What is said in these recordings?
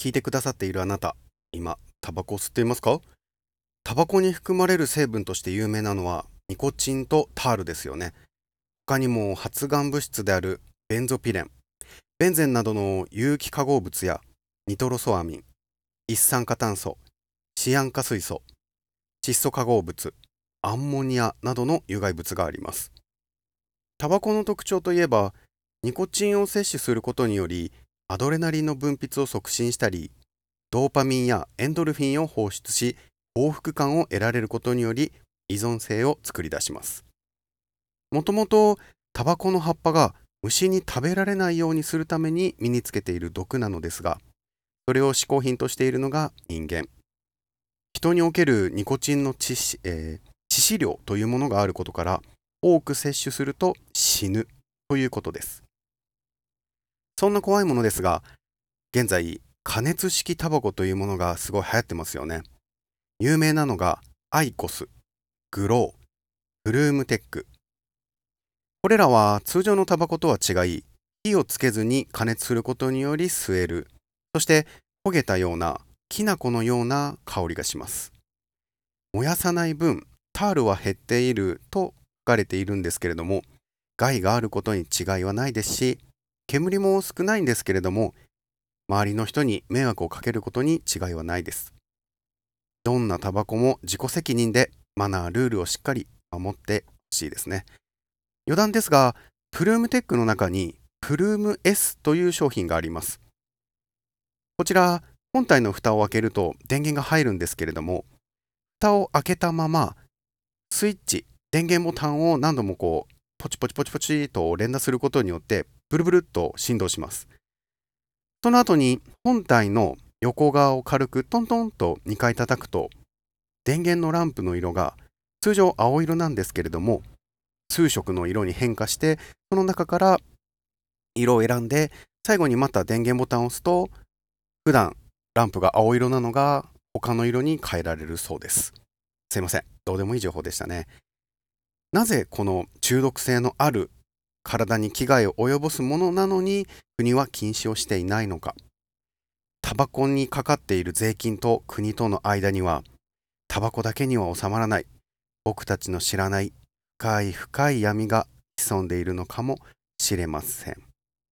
聞いてくださっているあなた、今、タバコを吸っていますか？タバコに含まれる成分として有名なのは、ニコチンとタールですよね。他にも発がん物質であるベンゾピレン、ベンゼンなどの有機化合物やニトロソアミン、一酸化炭素、シアン化水素、窒素化合物、アンモニアなどの有害物があります。タバコの特徴といえば、ニコチンを摂取することにより、アドレナリンの分泌を促進したり、ドーパミンやエンドルフィンを放出し、幸福感を得られることにより、依存性を作り出します。もともと、タバコの葉っぱが虫に食べられないようにするために身につけている毒なのですが、それを嗜好品としているのが人間。人におけるニコチンの致死量というものがあることから、多く摂取すると死ぬということです。そんな怖いものですが、現在、加熱式タバコというものがすごい流行ってますよね。有名なのがアイコス、グロー、フルームテック。これらは通常のタバコとは違い、火をつけずに加熱することにより吸える。そして焦げたようなきな粉のような香りがします。燃やさない分、タールは減っていると書かれているんですけれども、害があることに違いはないですし、煙も少ないんですけれども、周りの人に迷惑をかけることに違いはないです。どんなタバコも自己責任でマナー、ルールをしっかり守ってほしいですね。余談ですが、プルームテックの中にプルーム S という商品があります。こちら、本体の蓋を開けると電源が入るんですけれども、蓋を開けたまま、スイッチ、電源ボタンを何度もポチポチポチポチと連打することによって、ブルブルっと振動します。その後に本体の横側を軽くトントンと2回叩くと、電源のランプの色が通常青色なんですけれども、数色の色に変化して、その中から色を選んで、最後にまた電源ボタンを押すと、普段ランプが青色なのが他の色に変えられるそうです。すいません。どうでもいい情報でしたね。なぜこの中毒性のある体に危害を及ぼすものなのに国は禁止をしていないのか。タバコにかかっている税金と国との間には、タバコだけには収まらない、僕たちの知らない深い深い闇が潜んでいるのかもしれません。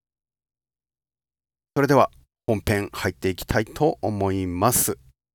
それでは本編入っていきたいと思います。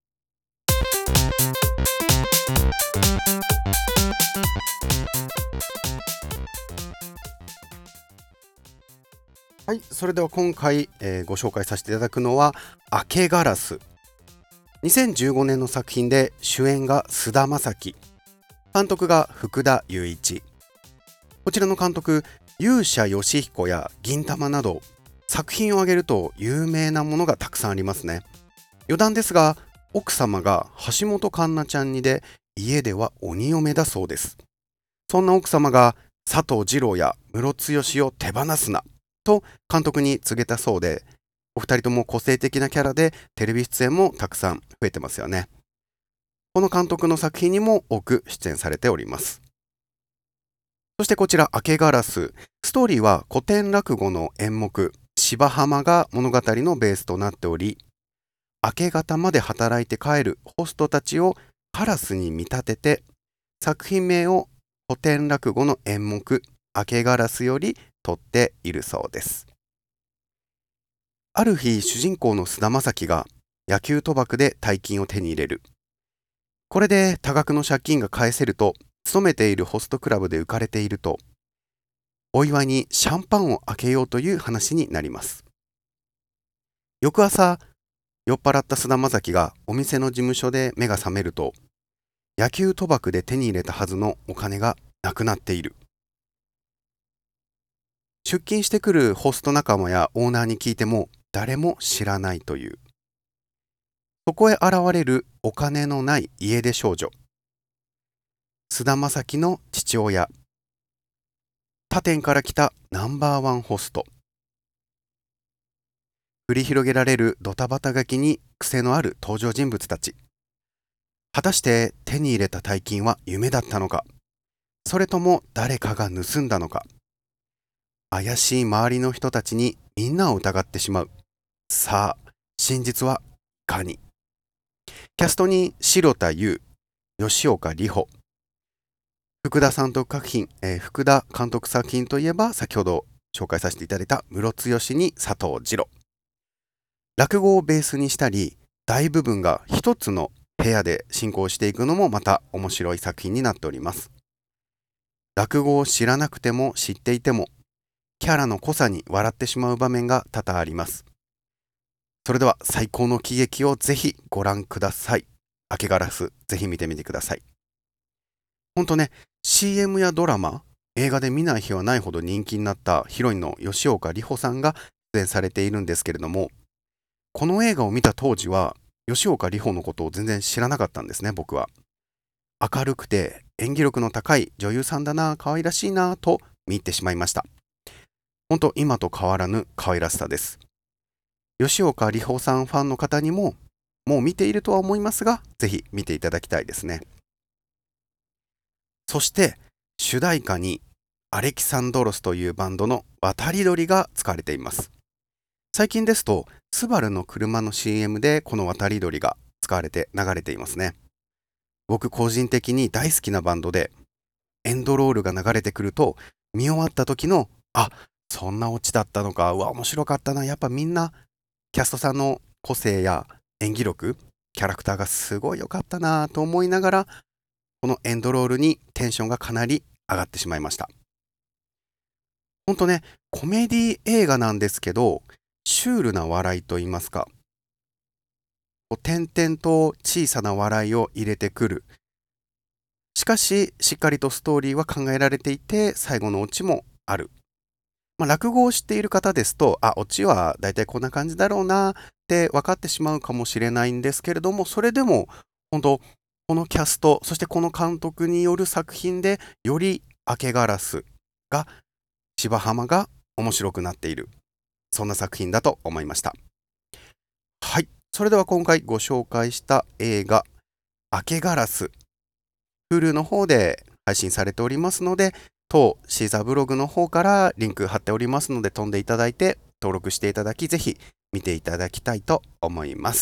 はい、それでは今回、ご紹介させていただくのは明けガラス。2015年の作品で主演が菅田将暉、監督が福田雄一。こちらの監督、勇者ヨシヒコや銀魂など作品を挙げると有名なものがたくさんありますね。余談ですが、奥様が橋本環奈ちゃんにで、家では鬼嫁だそうです。そんな奥様が佐藤二郎やムロツヨシを手放すなと監督に告げたそうで、お二人とも個性的なキャラでテレビ出演もたくさん増えてますよね。この監督の作品にも多く出演されております。そしてこちら明けガラス。ストーリーは古典落語の演目芝浜が物語のベースとなっており、明け方まで働いて帰るホストたちをカラスに見立てて、作品名を古典落語の演目明けガラスより取っているそうです。ある日、主人公の菅田将暉が野球賭博で大金を手に入れる。これで多額の借金が返せると、勤めているホストクラブで浮かれていると、お祝いにシャンパンを開けようという話になります。翌朝、酔っ払った菅田将暉がお店の事務所で目が覚めると、野球賭博で手に入れたはずのお金がなくなっている。出勤してくるホスト仲間やオーナーに聞いても誰も知らないという。そこへ現れるお金のない家出少女。菅田将暉の父親。他店から来たナンバーワンホスト。繰り広げられるドタバタ書きに癖のある登場人物たち。果たして手に入れた大金は夢だったのか、それとも誰かが盗んだのか。怪しい周りの人たちにみんなを疑ってしまう。さあ、 真実はガニ。キャストに城田優、吉岡里帆、福田監督作品、福田監督作品といえば先ほど紹介させていただいたムロツヨシに佐藤二朗。落語をベースにしたり、大部分が一つの部屋で進行していくのもまた面白い作品になっております。落語を知らなくても知っていても、キャラの濃さに笑ってしまう場面が多々あります。それでは最高の喜劇をぜひご覧ください。明けガラス、ぜひ見てみてください。ほんとね、CM やドラマ、映画で見ない日はないほど人気になったヒロインの吉岡里帆さんが出演されているんですけれども、この映画を見た当時は、吉岡里帆のことを全然知らなかったんですね、僕は。明るくて演技力の高い女優さんだな、可愛らしいなと見入ってしまいました。ほんと今と変わらぬ可愛らしさです。吉岡里帆さんファンの方にも、もう見ているとは思いますが、ぜひ見ていただきたいですね。そして、主題歌にアレキサンドロスというバンドの渡り鳥が使われています。最近ですと、スバルの車の CM でこの渡り鳥が使われて流れていますね。僕個人的に大好きなバンドで、エンドロールが流れてくると、見終わった時の、あ、そんなオチだったのか、うわ、面白かったな、やっぱみんな、キャストさんの個性や演技力、キャラクターがすごい良かったなと思いながら、このエンドロールにテンションがかなり上がってしまいました。ほんとね、コメディ映画なんですけど、シュールな笑いと言いますか、点々と小さな笑いを入れてくる。しかし、しっかりとストーリーは考えられていて、最後のオチもある。落語を知っている方ですと、オチはだいたいこんな感じだろうなって分かってしまうかもしれないんですけれども、それでも、本当このキャスト、そしてこの監督による作品で、より明けガラスが、芝浜が面白くなっている。そんな作品だと思いました。はい。それでは今回ご紹介した映画、明けガラス。Hulu の方で配信されておりますので、当シーザーブログの方からリンク貼っておりますので飛んでいただいて登録していただき、ぜひ見ていただきたいと思います。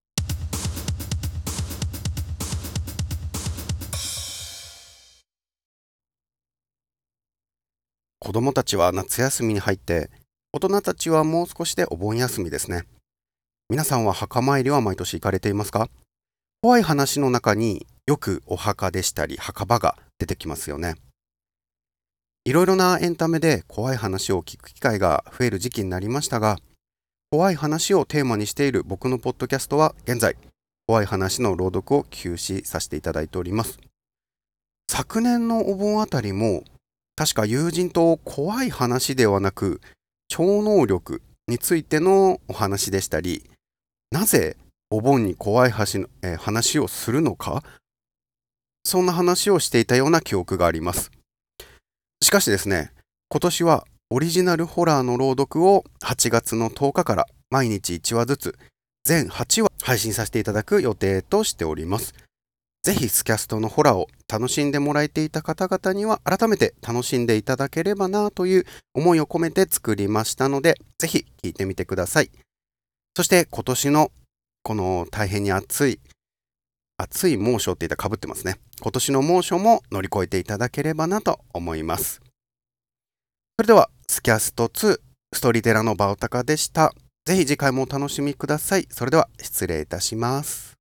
子供たちは夏休みに入って、大人たちはもう少しでお盆休みですね。皆さんは墓参りは毎年行かれていますか？怖い話の中によくお墓でしたり墓場が出てきますよね。いろいろなエンタメで怖い話を聞く機会が増える時期になりましたが、怖い話をテーマにしている僕のポッドキャストは現在、怖い話の朗読を休止させていただいております。昨年のお盆あたりも、確か友人と怖い話ではなく、超能力についてのお話でしたり、なぜお盆に怖い話をするのか、そんな話をしていたような記憶があります。しかしですね、今年はオリジナルホラーの朗読を8月の10日から毎日1話ずつ全8話配信させていただく予定としております。ぜひスキャストのホラーを楽しんでもらえていた方々には改めて楽しんでいただければなという思いを込めて作りましたので、ぜひ聞いてみてください。そして今年のこの大変に暑い猛暑って言ったら被ってますね。今年の猛暑も乗り越えていただければなと思います。それではスキャスト2ストーリーテラーのバオタカでした。ぜひ次回もお楽しみください。それでは失礼いたします。